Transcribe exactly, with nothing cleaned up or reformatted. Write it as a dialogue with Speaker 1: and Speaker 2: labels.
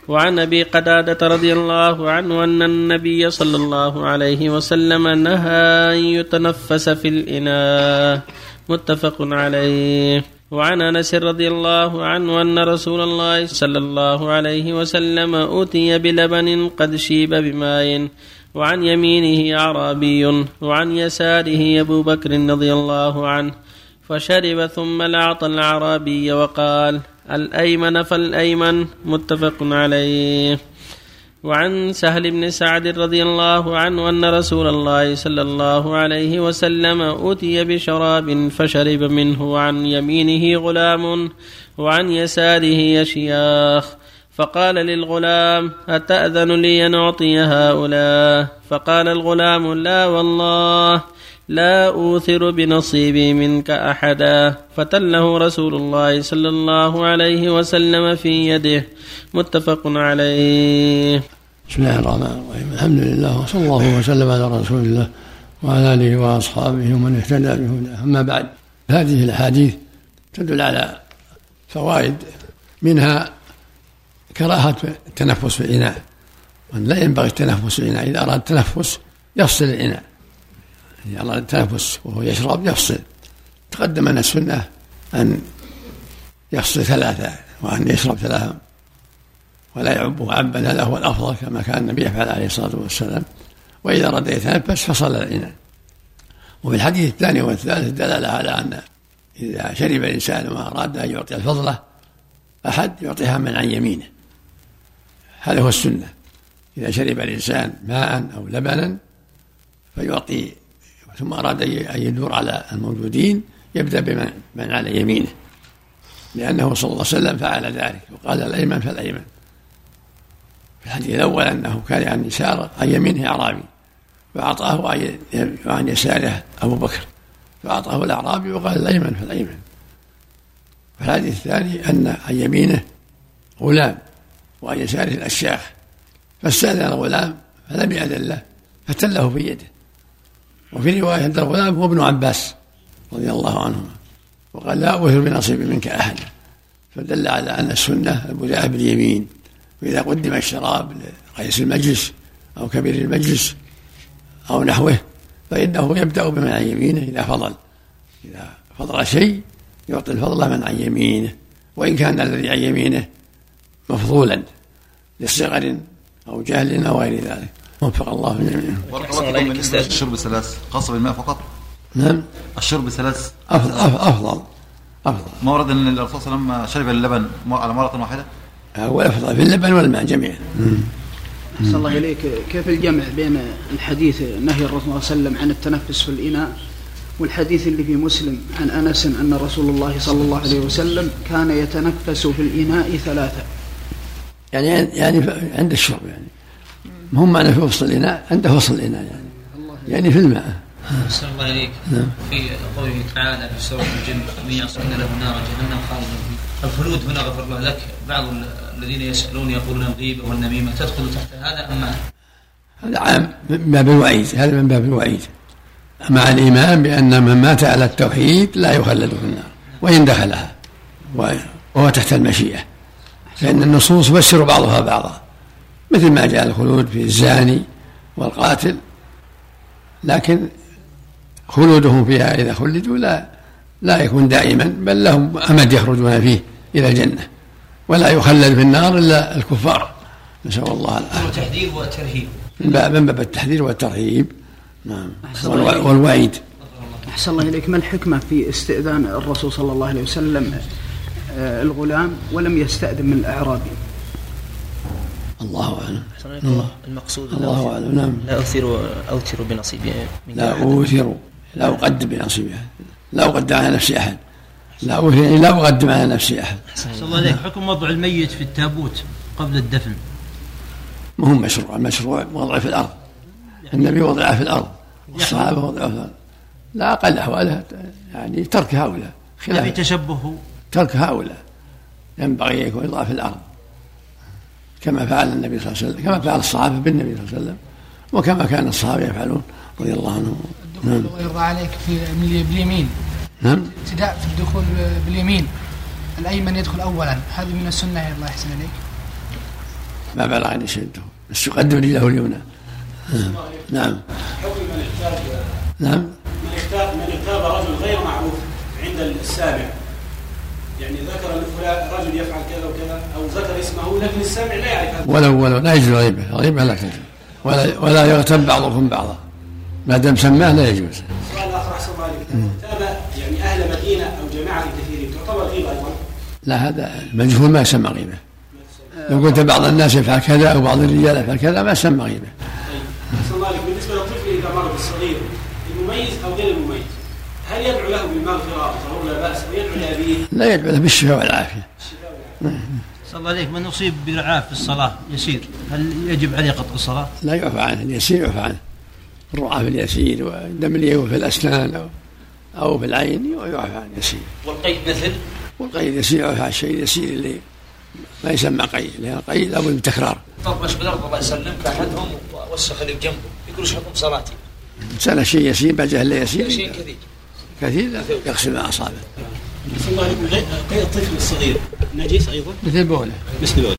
Speaker 1: وعن أبي قتادة رضي الله عنه أن النبي صلى الله عليه وسلم نهى أن يتنفس في الإناء، متفق عليه. وعن أنس رضي الله عنه أن رسول الله صلى الله عليه وسلم أتي بلبن قد شيب بماء، وعن يمينه أعرابي وعن يساره أبو بكر رضي الله عنه، فشرب ثم لعط الأعرابي وقال: الأيمن فالأيمن، متفق عليه. وعن سهل بن سعد رضي الله عنه أن رسول الله صلى الله عليه وسلم أتي بشراب فشرب منه، وعن يمينه غلام وعن يساره أشياخ، فقال للغلام: أتأذن لي أن أعطي هؤلاء؟ فقال الغلام: لا والله، لا أوثر بنصيبي منك أحدا. فتله رسول الله صلى الله عليه وسلم في يده، متفق عليه.
Speaker 2: بسم الله الرحمن الرحيم، الحمد لله وصلى الله وسلم على رسول الله وعلى آله وأصحابه ومن اهتدى بهداه. أما بعد، هذه الأحاديث تدل على فوائد، منها كراهة التنفس في الإناء، وأن لا ينبغي التنفس في الإناء. إذا أراد التنفس يفصل الإناء، إذا أراد التنفس وهو يشرب يفصل. تقدم أن السنة أن يفصل ثلاثة وأن يشرب ثلاثة ولا يعبه عبا، هذا هو الأفضل كما كان النبي يفعل عليه الصلاة والسلام. وإذا أراد يتنفس فصل الإناء. وفي الحديث الثاني والثالث دلالة على أن إذا شرب الإنسان وما أراد أن يعطي الفضلة أحد يعطيها من عن يمينه، هذا هو السنة. إذا شرب الإنسان ماء أو لبنا فيعطي، ثم أراد أن يدور على الموجودين يبدأ بمن على يمينه، لأنه صلى الله عليه وسلم فعل ذلك وقال: الأيمن فالأيمن. في الحديث الأول أنه كان عن يسار عن يمينه أعرابي فأعطاه عن يساره أبو بكر فأعطاه الأعرابي وقال: الأيمن فالأيمن. في الحديث الثاني أن عن يمينه غلام وعن يساره الأشياخ، فاستأذن الغلام فلم يأذن له فتله في يده. وفي رواية أن الغلام هو ابن عباس رضي الله عنهما، وقال: لا أوثر بنصيبي منك أحد. فدل على أن السنة البداء باليمين، وإذا قدم الشراب لرئيس المجلس أو كبير المجلس أو نحوه فإنه يبدأ بمن عن يمينه إذا فضل، إذا فضل شيء يعطي الفضل من عن يمينه، وإن كان الذي عن يمينه مفضولا لصغر أو جهل أو غير ذلك. وفق الله جميعا.
Speaker 3: الشرب ثلاث خاصة بالماء فقط؟
Speaker 2: نعم،
Speaker 3: الشرب ثلاث
Speaker 2: أفضل أفضل أفضل.
Speaker 3: ما ورد أن الرسول صلى الله عليه وسلم شرب اللبن على مرة واحدة؟
Speaker 2: هو أفضل في اللبن والماء جميعا.
Speaker 4: صلى الله عليك، كيف الجمع بين الحديث نهي الرسول صلى الله عليه وسلم عن التنفس في الإناء والحديث اللي في مسلم عن أنس أن رسول الله صلى الله عليه وسلم كان يتنفس في الإناء ثلاثة؟
Speaker 2: يعني يعني عند الشرب، يعني هم معنا في وسط الإناء، عنده وسط الإناء يعني يعني في الماء.
Speaker 5: صلى الله عليك. في قوله تعالى في سورة الجن: ومن يصعد له نار جهنم خالدا فيها. الخلود هنا غفر الله لك، بعض الذين يسألون يقولون الغيبة والنميمة تدخل تحت هذا أم ما؟
Speaker 2: هذا عام من باب الوعيد، هذا من باب الوعيد، مع الإيمان بأن من مات على التوحيد لا يخلد في النار وإن دخلها، وهو تحت المشيئة، فإن النصوص تبشر بعضها بعضا، مثل ما جاء الخلود في الزاني والقاتل، لكن خلودهم فيها إذا خلدوا لا لا يكون دائما، بل لهم أمد يخرجون فيه إلى الجنة، ولا يخلد في النار إلا الكفار، نسأل الله العافية.
Speaker 5: التحذير والترهيب
Speaker 2: من باب التحذير والترهيب، نعم، والوعيد.
Speaker 4: أحسن الله إليك، ما الحكمة في استئذان الرسول صلى الله عليه وسلم الغلام ولم يستأذن من الأعرابي؟
Speaker 2: الله أعلم.
Speaker 6: الله المقصود
Speaker 2: الله أعلم. نعم.
Speaker 6: لا أوثر أوثر بنصيبي
Speaker 2: لا أوثر لا أقدم بنصيبي أحد، لا أقدم على نفسي أحد، لا أوثر لا أقدم على نفسي أحد.
Speaker 7: صلى الله عليه. حكم وضع الميت في التابوت قبل الدفن
Speaker 2: ما هو مشروع، المشروع وضعه في الأرض، النبي وضعه في الأرض والصحابة وضعه في الأرض، لا أقل أحواله يعني ترك هؤلاء،
Speaker 7: خلاف تشبه
Speaker 2: ترك هؤلاء ينبغي يكون يضع في الأرض كما فعل النبي صلى الله عليه وسلم، كما فعل الصحابة بالنبي صلى الله عليه وسلم، وكما كان الصحابة يفعلون رضي الله عنهم.
Speaker 8: نعم. يرضى عليك في باليمين.
Speaker 2: نعم.
Speaker 8: ابتداء في الدخول باليمين، الأيمن يدخل أولا، هذه من السنة. الله يحسن عليك.
Speaker 2: ما بلغ أن يشده بس يقدم رجله اليمنى. نعم.
Speaker 9: حكم من اغتاب
Speaker 2: نعم.
Speaker 9: من اغتاب من اغتاب رجل غير معروف عند السامع، يعني ذكر ان فلان رجل يفعل كذا وكذا او ذكر اسمه لكن السامع لا يعرف هذا.
Speaker 2: ولو ولو لا يجوز غيبه، غيبه لا تجوز، ولا ولا يغتاب بعضكم بعضا ما دام سماه لا يجوز.
Speaker 9: سؤال اخر احسن الله عليك، اغتاب يعني اهل مدينه او جماعه كثيرين تعتبر غيبه ايضا؟
Speaker 2: لا، هذا مجهول ما يسمى غيبه. لو قلت بعض الناس يفعل كذا او بعض الرجال يفعل كذا ما يسمى غيبه.
Speaker 9: احسن الله عليك، بالنسبه للطفل اذا مرض الصغير المميز او غير المميز، هل يدعو له بالمغفره وظهور لا باس او يدعو لابيه؟
Speaker 2: لا، يدعو له بالشفاء والعافيه.
Speaker 7: صلى الله عليك، من أصيب بالرعاف في الصلاة يسير هل يجب عليه قطع الصلاة؟
Speaker 2: لا يعفى عنه، اليسير يعفى عنه. الرعاف اليسير والدم اللي هو في الأسنان أو أو في العين يعفى عن يسير.
Speaker 5: والقيد مثل؟
Speaker 2: والقيد يسير يعفى عن الشيء اليسير اللي ما يسمى قيد، لأن القيد لابد من تكرار.
Speaker 5: طرش بالأرض الله يسلمك أحدهم ووسخ اللي بجنبه يقول ايش حكم صلاتي؟
Speaker 2: سنة شيء يسير بعد جهل يسير.
Speaker 5: شيء كثير.
Speaker 2: كثير لا يغسل ما أصابه.
Speaker 9: صلى الله عليه وسلم، قيد الطفل الصغير نجس أيضا؟
Speaker 2: مثل بوله.
Speaker 9: مثل بوله.